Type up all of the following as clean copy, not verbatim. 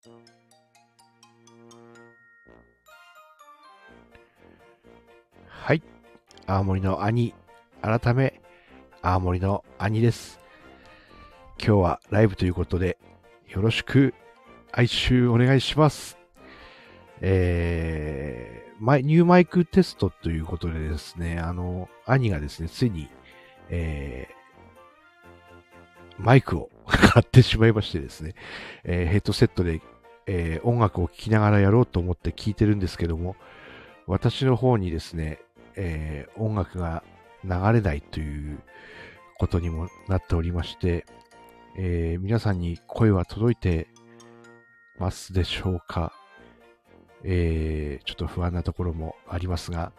はい。青森の兄、改め、青森の兄です。今日はライブということで、よろしく、哀愁お願いします。ニューマイクテストということでですね、兄がですね、ついに、マイクを買ってしまいましてですね、ヘッドセットで、音楽を聴きながらやろうと思って聴いてるんですけども、私の方にですね、音楽が流れないということにもなっておりまして、皆さんに声は届いてますでしょうか。ちょっと不安なところもありますが、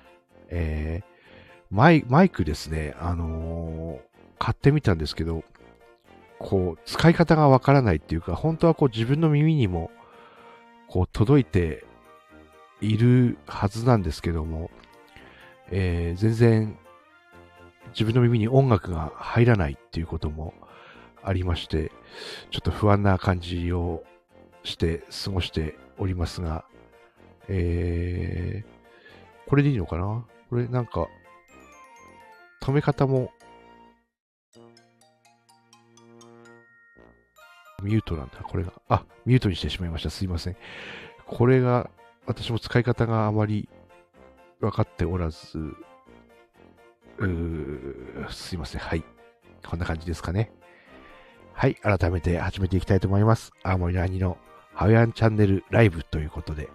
マイクですね、買ってみたんですけど、こう、使い方がわからないっていうか、本当はこう自分の耳にも、こう届いているはずなんですけども、全然自分の耳に音楽が入らないっていうこともありまして、ちょっと不安な感じをして過ごしておりますが、これでいいのかな？これなんか、止め方もミュートなんだ。これが。ミュートにしてしまいました。すいません。これが、私も使い方があまり分かっておらず、すいません。はい。こんな感じですかね。はい。改めて始めていきたいと思います。青森の兄のハウヤンチャンネルライブということで、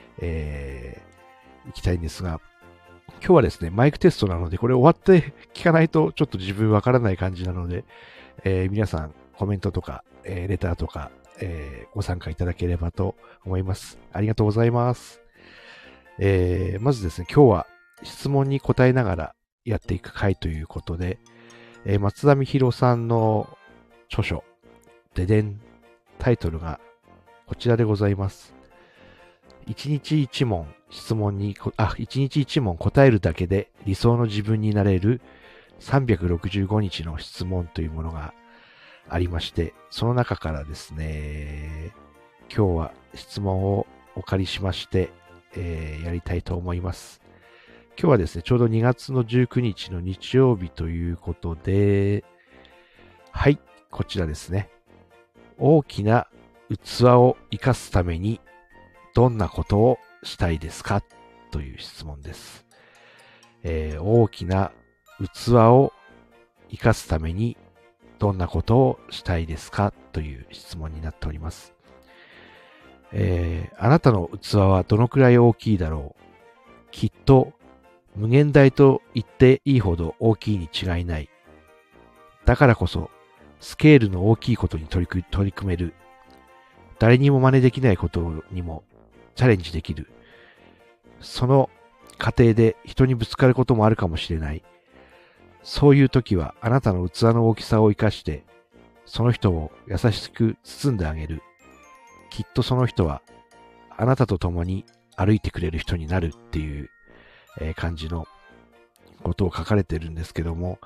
行きたいんですが、今日はですね、マイクテストなので、これ終わって聞かないとちょっと自分わからない感じなので、皆さんコメントとか、レターとか、ご参加いただければと思います。ありがとうございます。まずですね、今日は質問に答えながらやっていく回ということで、松田美弘さんの著書、ででん、タイトルがこちらでございます。一日一問質問に、一日一問答えるだけで理想の自分になれる365日の質問というものがありまして、その中からですね、今日は質問をお借りしまして、やりたいと思います。今日はですね、ちょうど2月の19日の日曜日ということで、はい、こちらですね。大きな器を生かすためにどんなことをしたいですかという質問です。大きな器を生かすためにどんなことをしたいですかという質問になっております。あなたの器はどのくらい大きいだろう？きっと無限大と言っていいほど大きいに違いない。だからこそスケールの大きいことに取り組める。誰にも真似できないことにもチャレンジできる。その過程で人にぶつかることもあるかもしれない。そういう時はあなたの器の大きさを生かして、その人を優しく包んであげる。きっとその人はあなたと共に歩いてくれる人になるっていう、感じのことを書かれてるんですけども、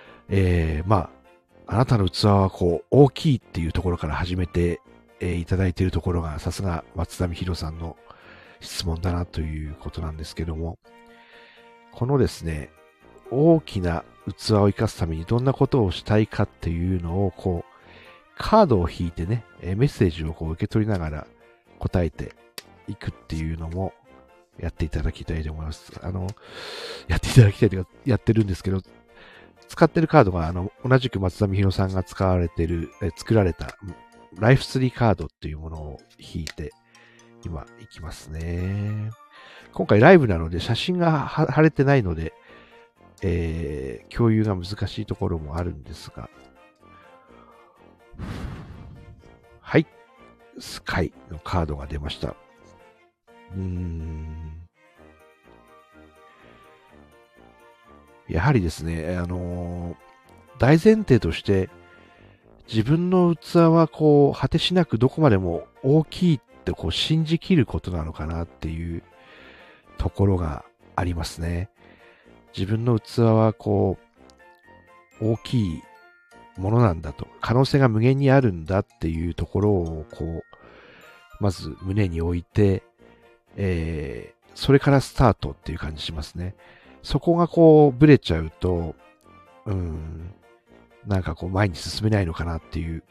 あなたの器はこう大きいっていうところから始めて、いただいているところがさすが松田美弘さんの質問だなということなんですけども、このですね、大きな器を生かすためにどんなことをしたいかっていうのを、こう、カードを引いてね、メッセージをこう受け取りながら答えていくっていうのもやっていただきたいと思います。やっていただきたいというか、やってるんですけど、使ってるカードが、同じく松田美弘さんが使われてる、作られた、ライフツリーカードっていうものを引いて、今、いきますね。今回ライブなので写真が貼れてないので、共有が難しいところもあるんですが、はい、スカイのカードが出ました。やはりですね、大前提として、自分の器はこう、果てしなくどこまでも大きいってこう信じきることなのかなっていうところがありますね。自分の器はこう、大きいものなんだと、可能性が無限にあるんだっていうところをこう、 まず胸に置いて、それからスタートっていう感じしますね。そこがこう、ブレちゃうと、なんかこう、前に進めないのかなっていう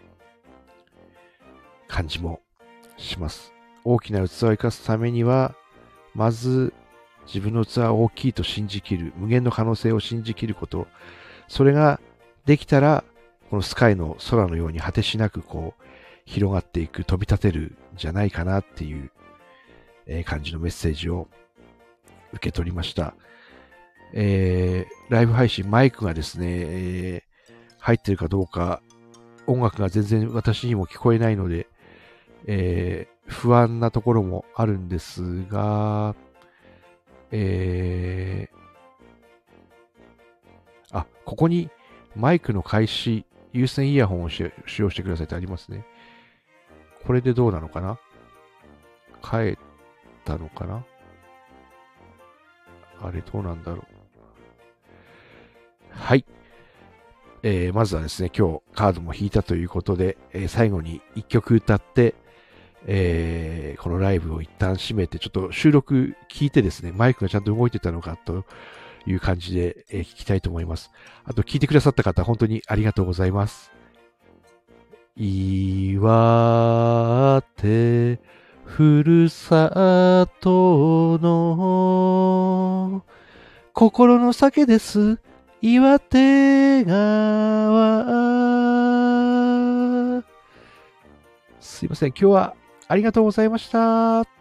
感じもします。大きな器を生かすためには、まず、自分の器を大きいと信じきる、無限の可能性を信じきること、それができたら、このスカイの空のように果てしなくこう、広がっていく、飛び立てるんじゃないかなっていう、感じのメッセージを受け取りました。ライブ配信、マイクがですね、入ってるかどうか、音楽が全然私にも聞こえないので、不安なところもあるんですが、ここにマイクの開始、有線イヤホンを使用してくださいってありますね。これでどうなのかな？帰ったのかな？あれどうなんだろう。はい。まずはですね、今日カードも引いたということで、最後に一曲歌って、このライブを一旦閉めて、ちょっと収録聞いてですね、マイクがちゃんと動いてたのかという感じで、聞きたいと思います。あと聞いてくださった方、本当にありがとうございます。岩手、ふるさとの心の酒です。岩手川。すいません。今日はありがとうございました。